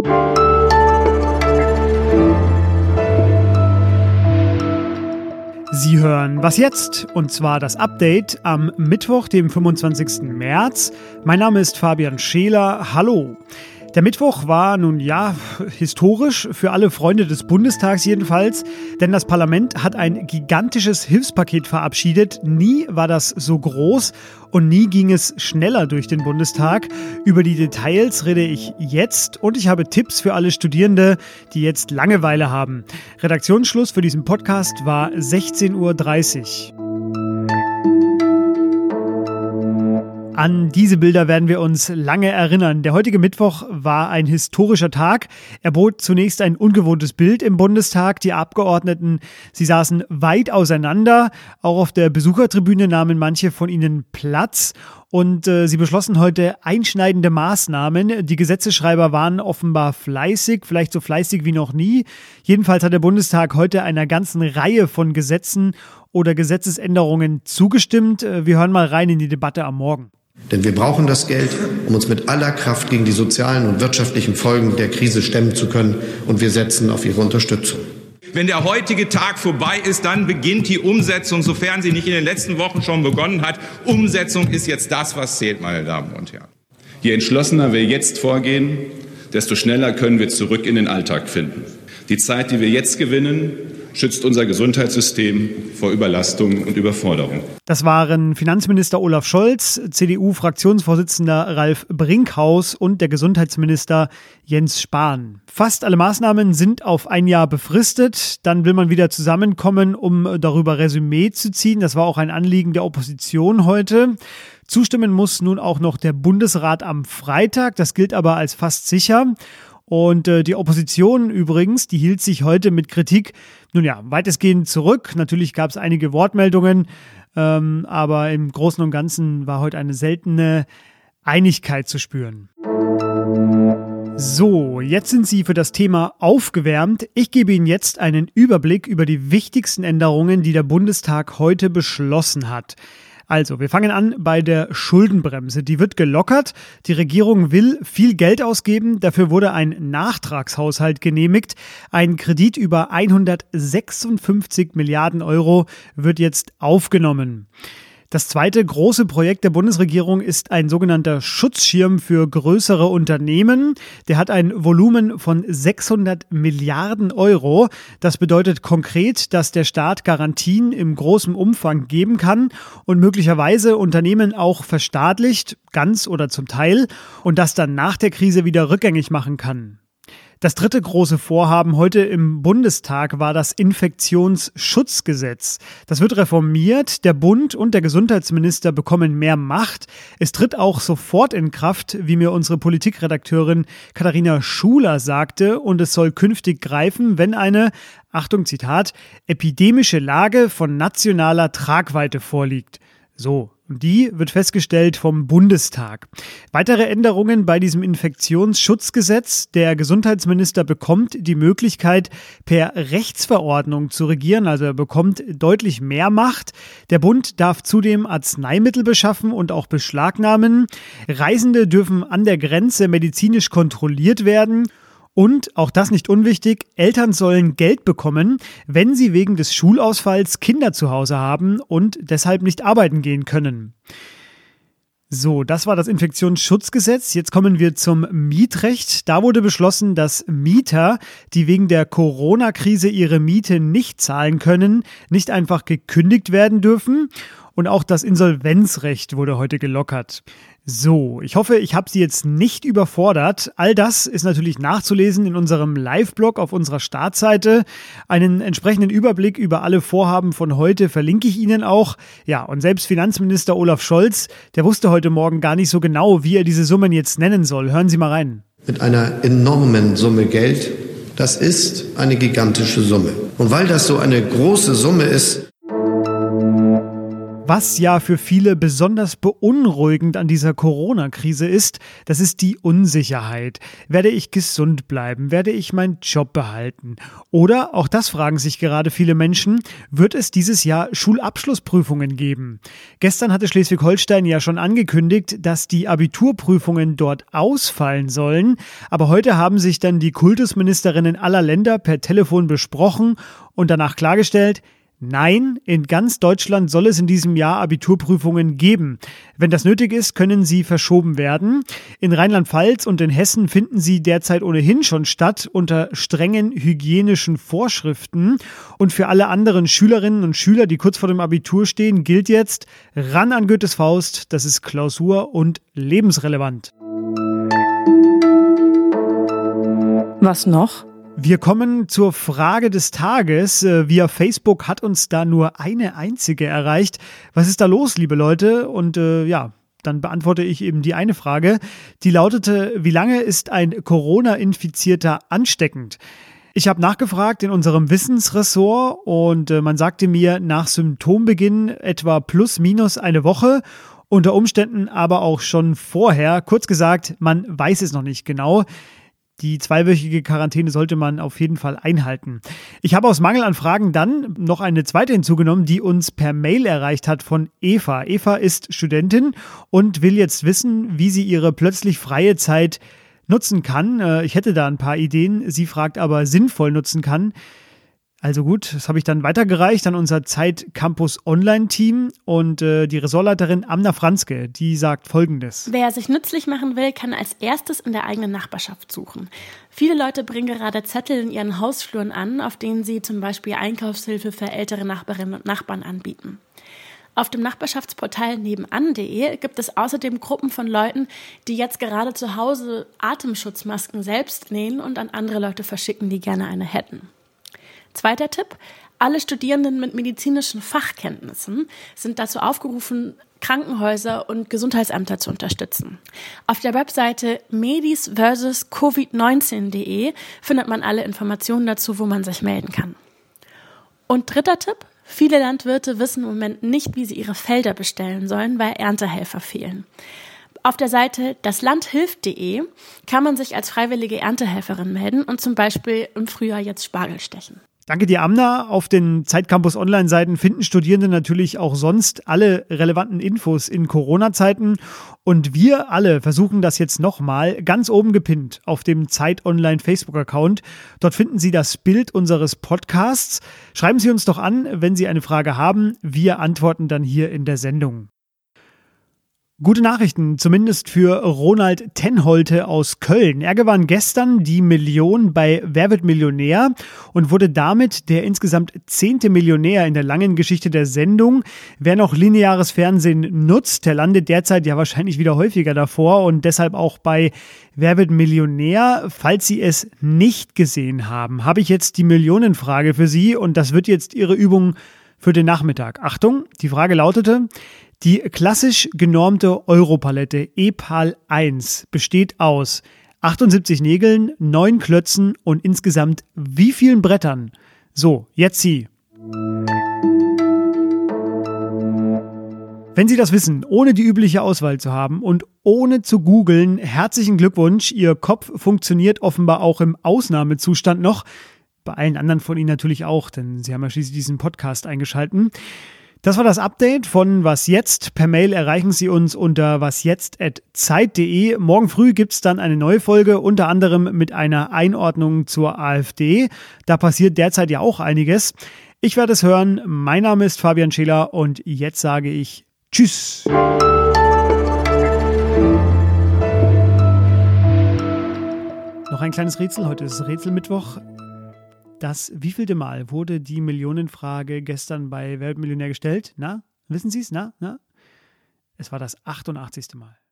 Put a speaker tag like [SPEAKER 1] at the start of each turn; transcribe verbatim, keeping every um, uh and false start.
[SPEAKER 1] Sie hören Was jetzt? Und zwar das Update am Mittwoch, dem fünfundzwanzigsten März. Mein Name ist Fabian Scheler. Hallo. Der Mittwoch war nun ja historisch für alle Freunde des Bundestags jedenfalls, denn das Parlament hat ein gigantisches Hilfspaket verabschiedet. Nie war das so groß und nie ging es schneller durch den Bundestag. Über die Details rede ich jetzt und ich habe Tipps für alle Studierende, die jetzt Langeweile haben. Redaktionsschluss für diesen Podcast war sechzehn Uhr dreißig. An diese Bilder werden wir uns lange erinnern. Der heutige Mittwoch war ein historischer Tag. Er bot zunächst ein ungewohntes Bild im Bundestag. Die Abgeordneten, sie saßen weit auseinander. Auch auf der Besuchertribüne nahmen manche von ihnen Platz. Und äh, sie beschlossen heute einschneidende Maßnahmen. Die Gesetzesschreiber waren offenbar fleißig, vielleicht so fleißig wie noch nie. Jedenfalls hat der Bundestag heute einer ganzen Reihe von Gesetzen oder Gesetzesänderungen zugestimmt. Wir hören mal rein in die Debatte am Morgen.
[SPEAKER 2] Denn wir brauchen das Geld, um uns mit aller Kraft gegen die sozialen und wirtschaftlichen Folgen der Krise stemmen zu können. Und wir setzen auf Ihre Unterstützung.
[SPEAKER 3] Wenn der heutige Tag vorbei ist, dann beginnt die Umsetzung, sofern sie nicht in den letzten Wochen schon begonnen hat. Umsetzung ist jetzt das, was zählt, meine Damen und Herren.
[SPEAKER 4] Je entschlossener wir jetzt vorgehen, desto schneller können wir zurück in den Alltag finden. Die Zeit, die wir jetzt gewinnen, schützt unser Gesundheitssystem vor Überlastung und Überforderung.
[SPEAKER 1] Das waren Finanzminister Olaf Scholz, C D U-Fraktionsvorsitzender Ralf Brinkhaus und der Gesundheitsminister Jens Spahn. Fast alle Maßnahmen sind auf ein Jahr befristet. Dann will man wieder zusammenkommen, um darüber Resümee zu ziehen. Das war auch ein Anliegen der Opposition heute. Zustimmen muss nun auch noch der Bundesrat am Freitag. Das gilt aber als fast sicher. Und äh, die Opposition übrigens, die hielt sich heute mit Kritik, nun ja, weitestgehend zurück. Natürlich gab es einige Wortmeldungen, ähm, aber im Großen und Ganzen war heute eine seltene Einigkeit zu spüren. So, jetzt sind Sie für das Thema aufgewärmt. Ich gebe Ihnen jetzt einen Überblick über die wichtigsten Änderungen, die der Bundestag heute beschlossen hat. Also, wir fangen an bei der Schuldenbremse. Die wird gelockert. Die Regierung will viel Geld ausgeben. Dafür wurde ein Nachtragshaushalt genehmigt. Ein Kredit über hundertsechsundfünfzig Milliarden Euro wird jetzt aufgenommen. Das zweite große Projekt der Bundesregierung ist ein sogenannter Schutzschirm für größere Unternehmen. Der hat ein Volumen von sechshundert Milliarden Euro. Das bedeutet konkret, dass der Staat Garantien im großen Umfang geben kann und möglicherweise Unternehmen auch verstaatlicht, ganz oder zum Teil, und das dann nach der Krise wieder rückgängig machen kann. Das dritte große Vorhaben heute im Bundestag war das Infektionsschutzgesetz. Das wird reformiert. Der Bund und der Gesundheitsminister bekommen mehr Macht. Es tritt auch sofort in Kraft, wie mir unsere Politikredakteurin Katharina Schuler sagte. Und es soll künftig greifen, wenn eine, Achtung Zitat, epidemische Lage von nationaler Tragweite vorliegt. So. Und die wird festgestellt vom Bundestag. Weitere Änderungen bei diesem Infektionsschutzgesetz. Der Gesundheitsminister bekommt die Möglichkeit, per Rechtsverordnung zu regieren. Also er bekommt deutlich mehr Macht. Der Bund darf zudem Arzneimittel beschaffen und auch beschlagnahmen. Reisende dürfen an der Grenze medizinisch kontrolliert werden. Und, auch das nicht unwichtig, Eltern sollen Geld bekommen, wenn sie wegen des Schulausfalls Kinder zu Hause haben und deshalb nicht arbeiten gehen können. So, das war das Infektionsschutzgesetz. Jetzt kommen wir zum Mietrecht. Da wurde beschlossen, dass Mieter, die wegen der Corona-Krise ihre Miete nicht zahlen können, nicht einfach gekündigt werden dürfen. Und auch das Insolvenzrecht wurde heute gelockert. So, ich hoffe, ich habe Sie jetzt nicht überfordert. All das ist natürlich nachzulesen in unserem Live-Blog auf unserer Startseite. Einen entsprechenden Überblick über alle Vorhaben von heute verlinke ich Ihnen auch. Ja, und selbst Finanzminister Olaf Scholz, der wusste heute Morgen gar nicht so genau, wie er diese Summen jetzt nennen soll. Hören Sie mal rein.
[SPEAKER 2] Mit einer enormen Summe Geld. Das ist eine gigantische Summe. Und weil das so eine große Summe ist,
[SPEAKER 1] Was ja für viele besonders beunruhigend an dieser Corona-Krise ist, das ist die Unsicherheit. Werde ich gesund bleiben? Werde ich meinen Job behalten? Oder, auch das fragen sich gerade viele Menschen, wird es dieses Jahr Schulabschlussprüfungen geben? Gestern hatte Schleswig-Holstein ja schon angekündigt, dass die Abiturprüfungen dort ausfallen sollen. Aber heute haben sich dann die Kultusministerinnen aller Länder per Telefon besprochen und danach klargestellt, nein, in ganz Deutschland soll es in diesem Jahr Abiturprüfungen geben. Wenn das nötig ist, können sie verschoben werden. In Rheinland-Pfalz und in Hessen finden sie derzeit ohnehin schon statt unter strengen hygienischen Vorschriften. Und für alle anderen Schülerinnen und Schüler, die kurz vor dem Abitur stehen, gilt jetzt ran an Goethes Faust. Das ist Klausur und lebensrelevant.
[SPEAKER 5] Was noch?
[SPEAKER 1] Wir kommen zur Frage des Tages. Via Facebook hat uns da nur eine einzige erreicht. Was ist da los, liebe Leute? Und äh, ja, dann beantworte ich eben die eine Frage. Die lautete, wie lange ist ein Corona-Infizierter ansteckend? Ich habe nachgefragt in unserem Wissensressort und äh, man sagte mir, nach Symptombeginn etwa plus minus eine Woche. Unter Umständen aber auch schon vorher. Kurz gesagt, man weiß es noch nicht genau. Die zweiwöchige Quarantäne sollte man auf jeden Fall einhalten. Ich habe aus Mangel an Fragen dann noch eine zweite hinzugenommen, die uns per Mail erreicht hat von Eva. Eva ist Studentin und will jetzt wissen, wie sie ihre plötzlich freie Zeit nutzen kann. Ich hätte da ein paar Ideen, sie fragt aber sinnvoll nutzen kann. Also gut, das habe ich dann weitergereicht an unser Zeit Campus Online-Team und äh, die Ressortleiterin Amna Franzke, die sagt Folgendes.
[SPEAKER 6] Wer sich nützlich machen will, kann als erstes in der eigenen Nachbarschaft suchen. Viele Leute bringen gerade Zettel in ihren Hausfluren an, auf denen sie zum Beispiel Einkaufshilfe für ältere Nachbarinnen und Nachbarn anbieten. Auf dem Nachbarschaftsportal nebenan punkt de gibt es außerdem Gruppen von Leuten, die jetzt gerade zu Hause Atemschutzmasken selbst nähen und an andere Leute verschicken, die gerne eine hätten. Zweiter Tipp, alle Studierenden mit medizinischen Fachkenntnissen sind dazu aufgerufen, Krankenhäuser und Gesundheitsämter zu unterstützen. Auf der Webseite medis versus covid neunzehn punkt de findet man alle Informationen dazu, wo man sich melden kann. Und dritter Tipp, viele Landwirte wissen im Moment nicht, wie sie ihre Felder bestellen sollen, weil Erntehelfer fehlen. Auf der Seite daslandhilft punkt de kann man sich als freiwillige Erntehelferin melden und zum Beispiel im Frühjahr jetzt Spargel stechen.
[SPEAKER 1] Danke dir, Amna. Auf den Zeitcampus Online-Seiten finden Studierende natürlich auch sonst alle relevanten Infos in Corona-Zeiten. Und wir alle versuchen das jetzt nochmal ganz oben gepinnt auf dem Zeit Online Facebook-Account. Dort finden Sie das Bild unseres Podcasts. Schreiben Sie uns doch an, wenn Sie eine Frage haben. Wir antworten dann hier in der Sendung. Gute Nachrichten, zumindest für Ronald Tenholte aus Köln. Er gewann gestern die Million bei Wer wird Millionär und wurde damit der insgesamt zehnte Millionär in der langen Geschichte der Sendung. Wer noch lineares Fernsehen nutzt, der landet derzeit ja wahrscheinlich wieder häufiger davor und deshalb auch bei Wer wird Millionär. Falls Sie es nicht gesehen haben, habe ich jetzt die Millionenfrage für Sie und das wird jetzt Ihre Übung für den Nachmittag. Achtung, die Frage lautete: Die klassisch genormte Europalette E P A L eins besteht aus achtundsiebzig Nägeln, neun Klötzen und insgesamt wie vielen Brettern? So, jetzt Sie. Wenn Sie das wissen, ohne die übliche Auswahl zu haben und ohne zu googeln, herzlichen Glückwunsch. Ihr Kopf funktioniert offenbar auch im Ausnahmezustand noch. Bei allen anderen von Ihnen natürlich auch, denn Sie haben ja schließlich diesen Podcast eingeschalten. Das war das Update von Was Jetzt. Per Mail erreichen Sie uns unter wasjetzt at zeit punkt de. Morgen früh gibt es dann eine neue Folge, unter anderem mit einer Einordnung zur AfD. Da passiert derzeit ja auch einiges. Ich werde es hören. Mein Name ist Fabian Scheler und jetzt sage ich Tschüss. Noch ein kleines Rätsel. Heute ist Rätselmittwoch. Das wievielte Mal wurde die Millionenfrage gestern bei Wer wird Millionär gestellt? Na, wissen Sie es? Na, na? Es war das achtundachtzigste Mal.